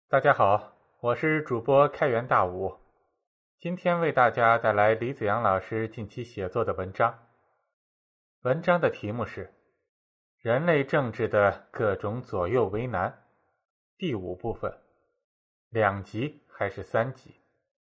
大家好，我是主播开元大武，今天为大家带来李子阳老师近期写作的文章。文章的题目是人类政治的各种左右为难，第5部分，2集还是3集。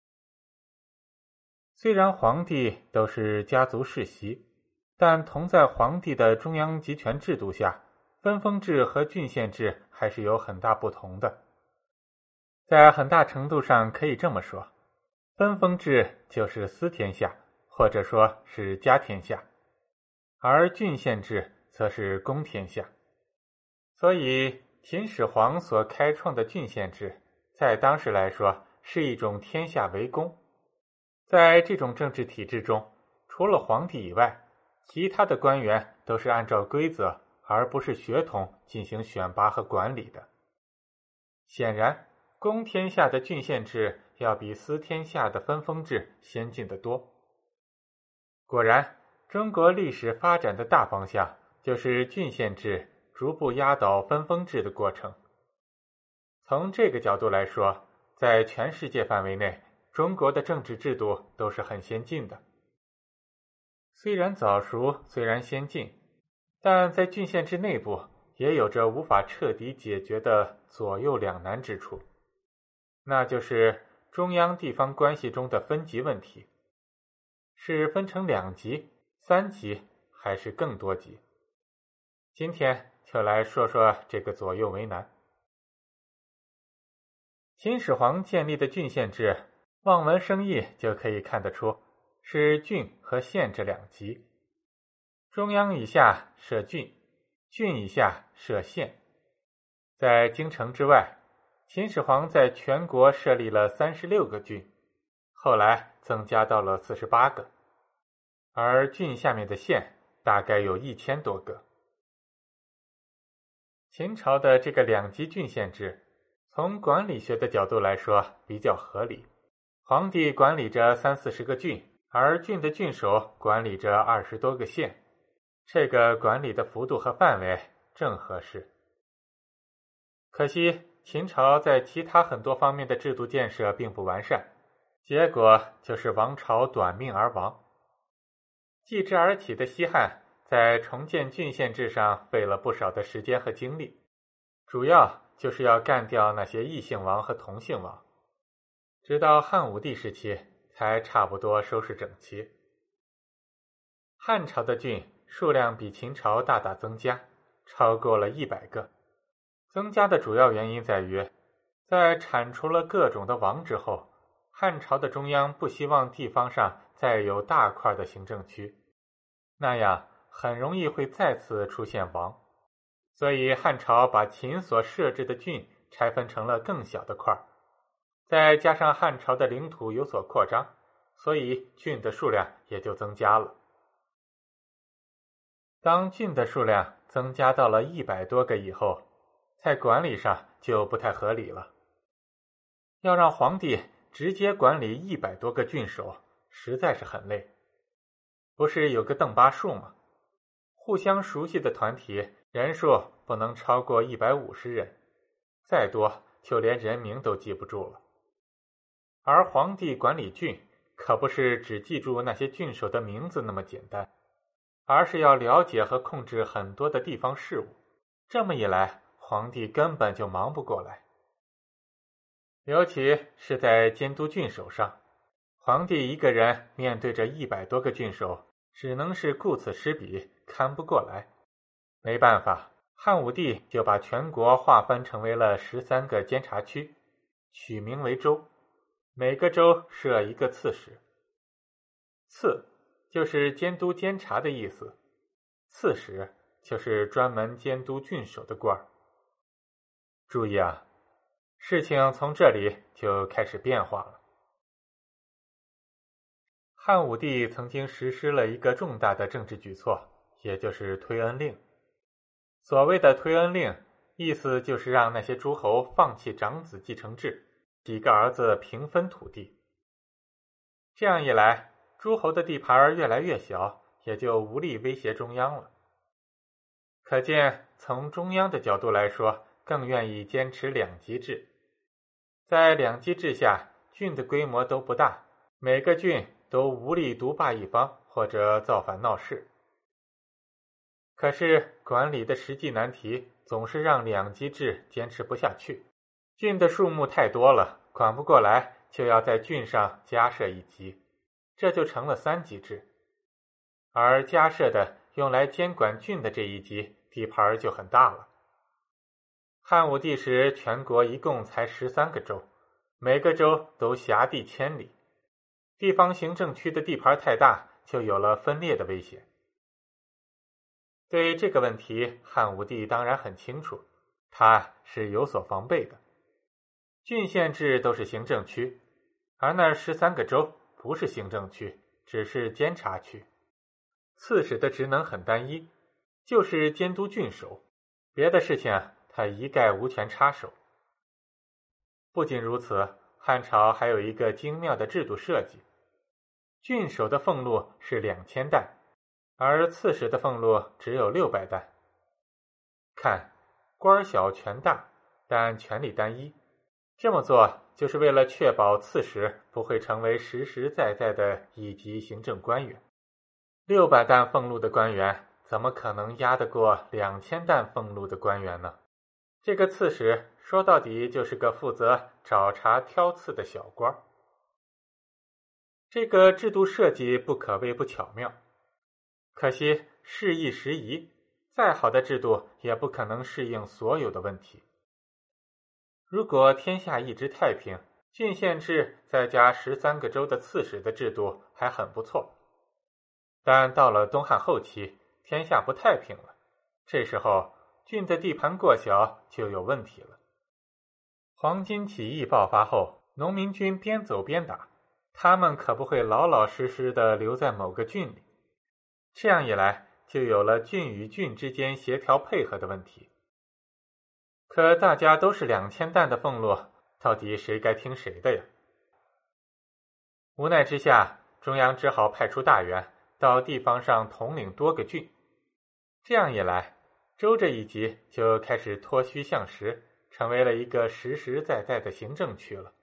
虽然皇帝都是家族世袭，但同在皇帝的中央集权制度下，分封制和郡县制还是有很大不同的。在很大程度上可以这么说，分封制就是私天下，或者说是家天下，而郡县制则是公天下。所以秦始皇所开创的郡县制，在当时来说是一种天下为公。在这种政治体制中，除了皇帝以外，其他的官员都是按照规则而不是血统进行选拔和管理的。显然，公天下的郡县制要比私天下的分封制先进得多。果然，中国历史发展的大方向就是郡县制逐步压倒分封制的过程。从这个角度来说，在全世界范围内，中国的政治制度都是很先进的。虽然早熟，虽然先进，但在郡县制内部也有着无法彻底解决的左右两难之处，那就是中央地方关系中的分级问题，是分成2级、3级还是更多级？今天就来说说这个左右为难。秦始皇建立的郡县制，望文生义就可以看得出，是郡和县这2级，中央以下设郡，郡以下设县。在京城之外，秦始皇在全国设立了36个郡，后来增加到了48个，而郡下面的县大概有1000多个。秦朝的这个2级郡县制，从管理学的角度来说比较合理，皇帝管理着30-40个郡，而郡的郡守管理着20多个县，这个管理的幅度和范围正合适。可惜秦朝在其他很多方面的制度建设并不完善，结果就是王朝短命而亡。继之而起的西汉在重建郡县制上费了不少的时间和精力，主要就是要干掉那些异姓王和同姓王，直到汉武帝时期才差不多收拾整齐。汉朝的郡数量比秦朝大大增加，超过了100个。增加的主要原因在于，在铲除了各种的王之后，汉朝的中央不希望地方上再有大块的行政区，那样很容易会再次出现王。所以汉朝把秦所设置的郡拆分成了更小的块，再加上汉朝的领土有所扩张，所以郡的数量也就增加了。当郡的数量增加到了100多个以后，在管理上就不太合理了。要让皇帝直接管理100多个郡守，实在是很累。不是有个邓巴数吗？互相熟悉的团体人数不能超过150人，再多就连人名都记不住了。而皇帝管理郡，可不是只记住那些郡守的名字那么简单，而是要了解和控制很多的地方事务。这么一来，皇帝根本就忙不过来。尤其是在监督郡守上，皇帝一个人面对着100多个郡守，只能是顾此失彼，看不过来。没办法，汉武帝就把全国划分成为了13个监察区，取名为州，每个州设一个刺史。刺就是监督监察的意思，刺史就是专门监督郡守的官儿。注意啊，事情从这里就开始变化了。汉武帝曾经实施了一个重大的政治举措，也就是推恩令。所谓的推恩令，意思就是让那些诸侯放弃长子继承制，几个儿子平分土地。这样一来，诸侯的地盘越来越小，也就无力威胁中央了。可见从中央的角度来说，更愿意坚持2级制。 在两机制下，郡的规模都不大，每个郡都无力独霸一方或者造反闹事。可是管理的实际难题总是让两机制坚持不下去，郡的数目太多了，管不过来，就要在郡上加设一级，这就成了三级制。而加设的用来监管郡的这一级地盘就很大了。汉武帝时，全国一共才13个州，每个州都辖地1000里，地方行政区的地盘太大，就有了分裂的危险。对这个问题，汉武帝当然很清楚，他是有所防备的。郡县制都是行政区，而那13个州不是行政区，只是监察区。刺史的职能很单一，就是监督郡守，别的事情他一概无权插手。不仅如此，汉朝还有一个精妙的制度设计，郡守的俸禄是2000担，而刺史的俸禄只有600担。看，官小权大，但权力单一。这么做就是为了确保刺史不会成为实实在在的一级行政官员。600担俸禄的官员怎么可能压得过2000担俸禄的官员呢？这个刺史说到底就是个负责找茬挑刺的小官。这个制度设计不可谓不巧妙，可惜适宜时宜，再好的制度也不可能适应所有的问题。如果天下一直太平，郡县制再加13个州的刺史的制度还很不错。但到了东汉后期，天下不太平了，这时候郡的地盘过小就有问题了。黄巾起义爆发后，农民军边走边打，他们可不会老老实实地留在某个郡里，这样一来就有了郡与郡之间协调配合的问题。可大家都是2000担的俸禄，到底谁该听谁的呀？无奈之下，中央只好派出大员到地方上统领多个郡，这样一来，州这一级就开始脱虚向实，成为了一个实实在在的行政区了。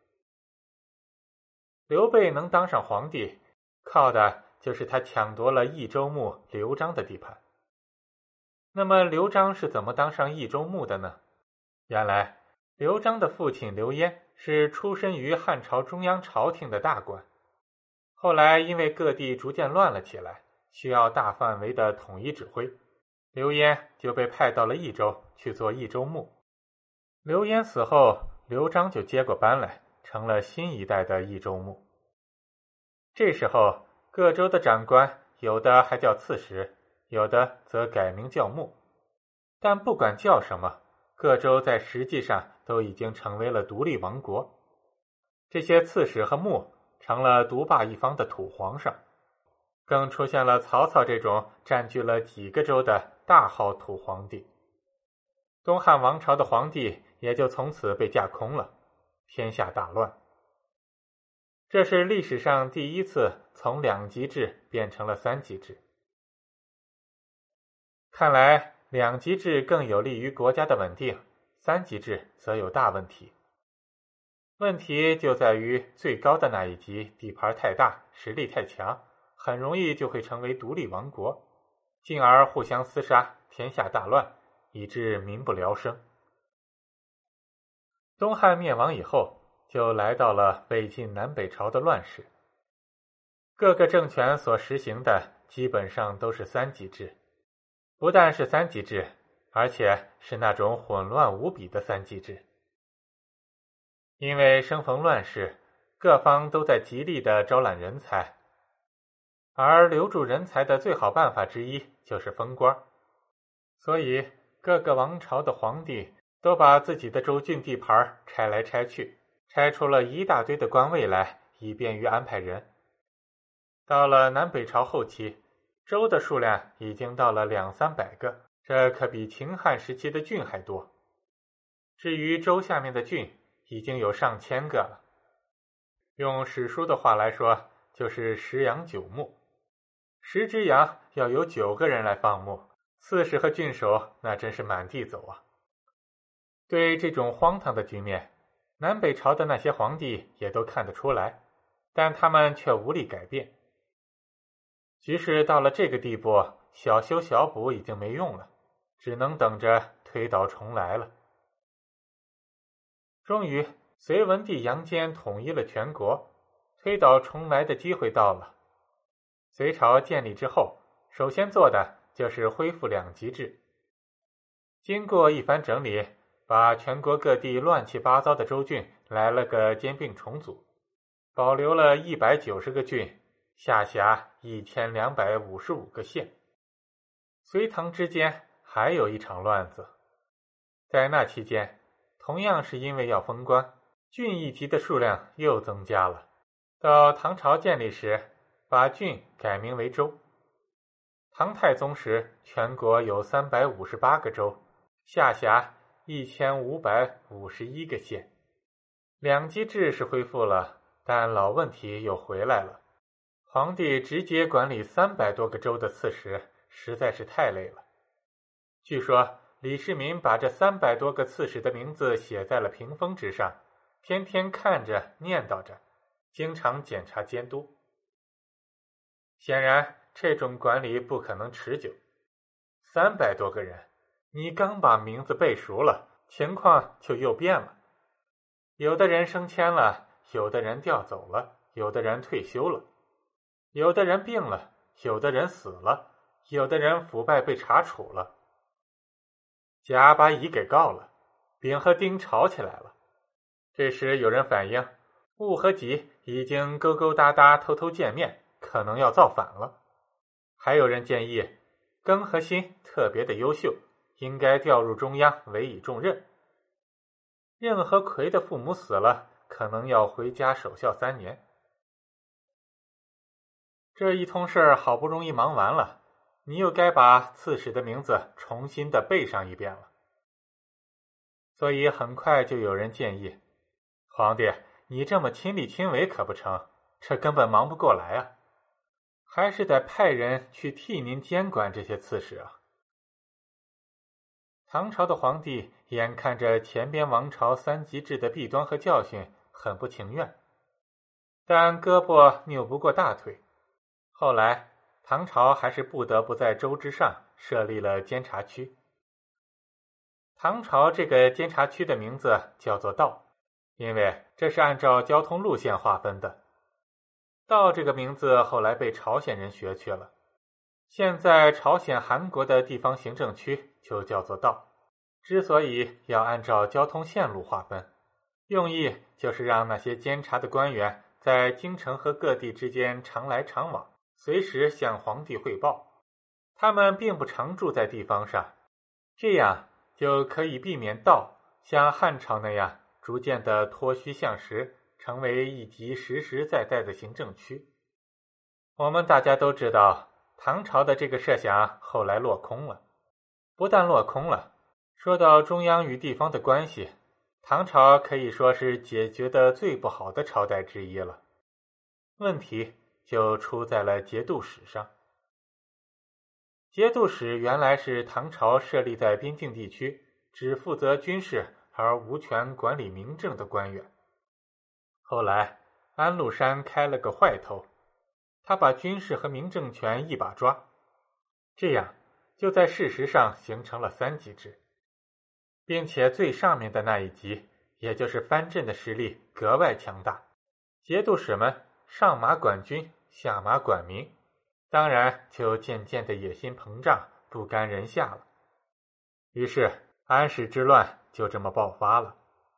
刘备能当上皇帝，靠的就是他抢夺了益州牧刘璋的地盘。那么刘璋是怎么当上益州牧的呢？原来刘璋的父亲刘焉是出身于汉朝中央朝廷的大官，后来因为各地逐渐乱了起来，需要大范围的统一指挥，刘焉就被派到了益州去做益州牧。刘焉死后，刘璋就接过班来，成了新一代的益州牧。这时候各州的长官有的还叫刺史，有的则改名叫牧，但不管叫什么，各州在实际上都已经成为了独立王国。这些刺史和牧成了独霸一方的土皇上，更出现了曹操这种占据了几个州的大号土皇帝。东汉王朝的皇帝也就从此被架空了，天下大乱。这是历史上第一次从2级制变成了3级制。看来2级制更有利于国家的稳定，3级制则有大问题。问题就在于最高的那一级地盘太大，实力太强，很容易就会成为独立王国，进而互相厮杀，天下大乱，以致民不聊生。东汉灭亡以后，就来到了魏晋南北朝的乱世。各个政权所实行的基本上都是3级制，不但是3级制，而且是那种混乱无比的3级制。因为生逢乱世，各方都在极力地招揽人才，而留住人才的最好办法之一就是封官，所以各个王朝的皇帝都把自己的州郡地盘拆来拆去，拆出了一大堆的官位来，以便于安排人。到了南北朝后期，州的数量已经到了200-300个，这可比秦汉时期的郡还多。至于州下面的郡，已经有上千个了。用史书的话来说，就是10羊9牧，10只羊要有9个人来放牧，刺史和郡守那真是满地走啊。对这种荒唐的局面， 南北朝的那些皇帝也都看得出来，但他们却无力改变。局势到了这个地步，小修小补已经没用了，只能等着推倒重来了。终于，隋文帝杨坚统一了全国，推倒重来的机会到了。隋朝建立之后，首先做的就是恢复两级制。经过一番整理，把全国各地乱七八糟的州郡来了个兼并重组，保留了190个郡，下辖1255个县。隋唐之间还有一场乱子，在那期间，同样是因为要封官，郡一级的数量又增加了。到唐朝建立时，把郡改名为州。唐太宗时，全国有358个州，下辖1551个县。两级制是恢复了，但老问题又回来了。皇帝直接管理300多个州的刺史实在是太累了。据说李世民把这300多个刺史的名字写在了屏风之上，天天看着念叨着，经常检查监督。显然这种管理不可能持久。300多个人，你刚把名字背熟了，情况就又变了。有的人升迁了，有的人调走了，有的人退休了，有的人病了，有的人死了，有的人腐败被查处了。甲把乙给告了，丙和丁吵起来了。这时有人反映，戊和己已经勾勾搭搭偷偷见面，可能要造反了。还有人建议，庚和辛特别的优秀，应该调入中央委以重任。壬和癸的父母死了，可能要回家守孝3年。这一通事儿好不容易忙完了，你又该把刺史的名字重新的背上一遍了。所以很快就有人建议，皇帝，你这么亲力亲为可不成，这根本忙不过来啊，还是得派人去替您监管这些刺史啊。唐朝的皇帝眼看着前边王朝3级制的弊端和教训，很不情愿，但胳膊扭不过大腿。后来唐朝还是不得不在州之上设立了监察区。唐朝这个监察区的名字叫做道，因为这是按照交通路线划分的。道这个名字后来被朝鲜人学去了，现在朝鲜韩国的地方行政区就叫做道。之所以要按照交通线路划分，用意就是让那些监察的官员在京城和各地之间常来常往，随时向皇帝汇报。他们并不常住在地方上，这样就可以避免道像汉朝那样逐渐的脱虚向实，成为一级实实在在的行政区。我们大家都知道，唐朝的这个设想后来落空了。不但落空了，说到中央与地方的关系，唐朝可以说是解决的最不好的朝代之一了。问题就出在了节度使上。节度使原来是唐朝设立在边境地区，只负责军事而无权管理民政的官员。后来安禄山开了个坏头，他把军事和民政权一把抓，这样就在事实上形成了3级制，并且最上面的那一级，也就是藩镇的实力格外强大。节度使们上马管军，下马管民，当然就渐渐的野心膨胀，不甘人下了。于是安史之乱就这么爆发了。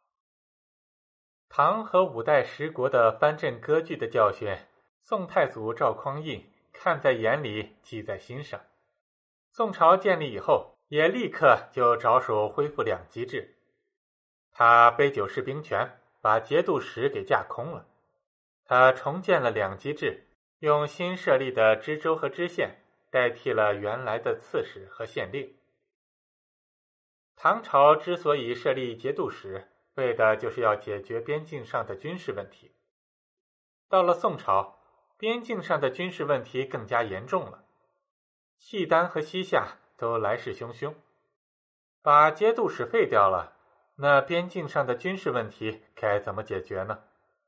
唐和5代十国的藩镇割据的教训，宋太祖赵匡胤看在眼里，记在心上。宋朝建立以后，也立刻就着手恢复2级制。他杯酒释兵权，把节度使给架空了。他重建了2级制，用新设立的知州和知县代替了原来的刺史和县令。唐朝之所以设立节度使，为的就是要解决边境上的军事问题。到了宋朝，边境上的军事问题更加严重了，契丹和西夏都来势汹汹。把节度使废掉了， 那边境上的军事问题该怎么解决呢？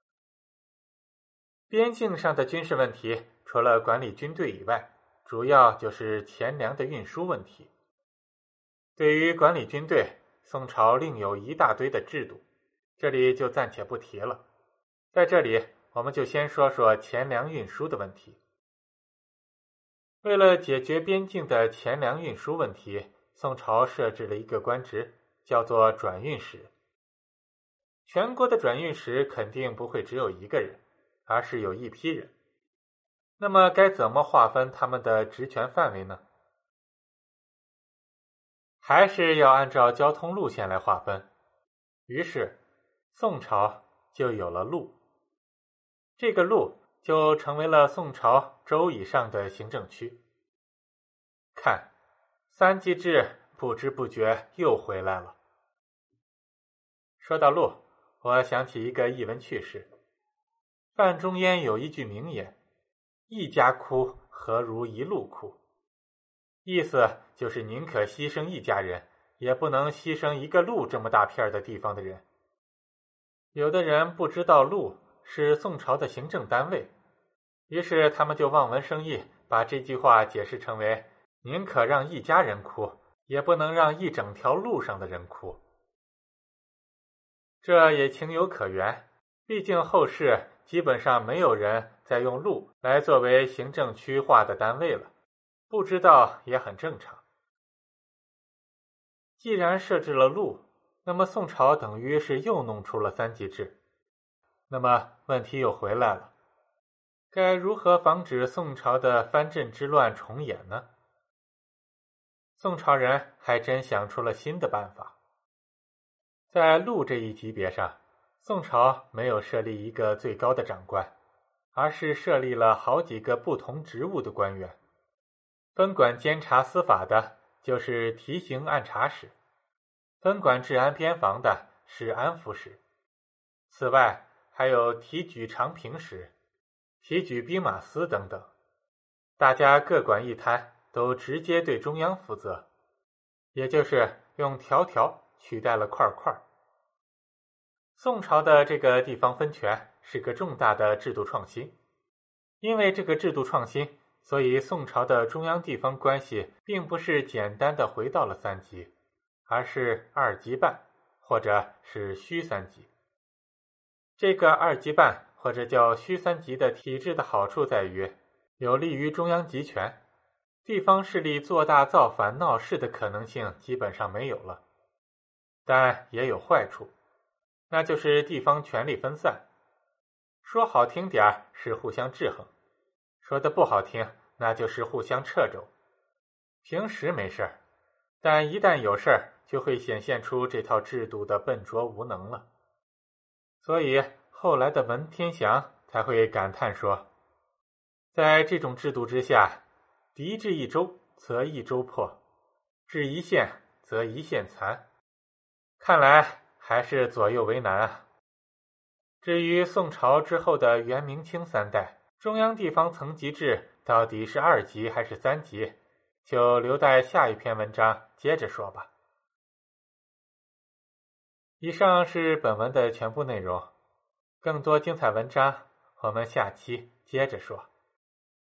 边境上的军事问题，除了管理军队以外，主要就是钱粮的运输问题。对于管理军队，宋朝另有一大堆的制度，这里就暂且不提了。在这里，我们就先说说钱粮运输的问题。为了解决边境的钱粮运输问题，宋朝设置了一个官职，叫做转运使。全国的转运使肯定不会只有一个人，而是有一批人。那么该怎么划分他们的职权范围呢？还是要按照交通路线来划分。于是，宋朝就有了路。这个路就成为了宋朝州以上的行政区。看，三级制不知不觉又回来了。说到路，我想起一个译文趣事。范仲淹有一句名言：“一家哭，何如一路哭？”意思就是宁可牺牲一家人，也不能牺牲一个路这么大片的地方的人。有的人不知道路是宋朝的行政单位，于是他们就望文生义，把这句话解释成为宁可让一家人哭，也不能让一整条路上的人哭。这也情有可原，毕竟后世基本上没有人再用路来作为行政区划的单位了，不知道也很正常。既然设置了路，那么宋朝等于是又弄出了三级制。那么问题又回来了，该如何防止宋朝的藩镇之乱重演呢？宋朝人还真想出了新的办法。在路这一级别上，宋朝没有设立一个最高的长官，而是设立了好几个不同职务的官员。分管监察司法的就是提刑按察使，分管治安边防的是安抚使。此外还有提举长平使、提举兵马司等等，大家各管一摊，都直接对中央负责，也就是用条条取代了块块。宋朝的这个地方分权是个重大的制度创新。因为这个制度创新，所以宋朝的中央地方关系并不是简单的回到了三级，而是二级半，或者是虚三级。这个二级半或者叫虚三级的体制的好处在于，有利于中央集权，地方势力做大造反闹事的可能性基本上没有了。但也有坏处，那就是地方权力分散。说好听点是互相制衡，说的不好听，那就是互相掣肘。平时没事儿，但一旦有事儿，就会显现出这套制度的笨拙无能了。所以后来的文天祥才会感叹说，在这种制度之下，敌至一州则一州破，至一县则一县残。看来还是左右为难啊。至于宋朝之后的元明清三代，中央地方层级制到底是二级还是三级，就留待下一篇文章接着说吧。以上是本文的全部内容，更多精彩文章我们下期接着说。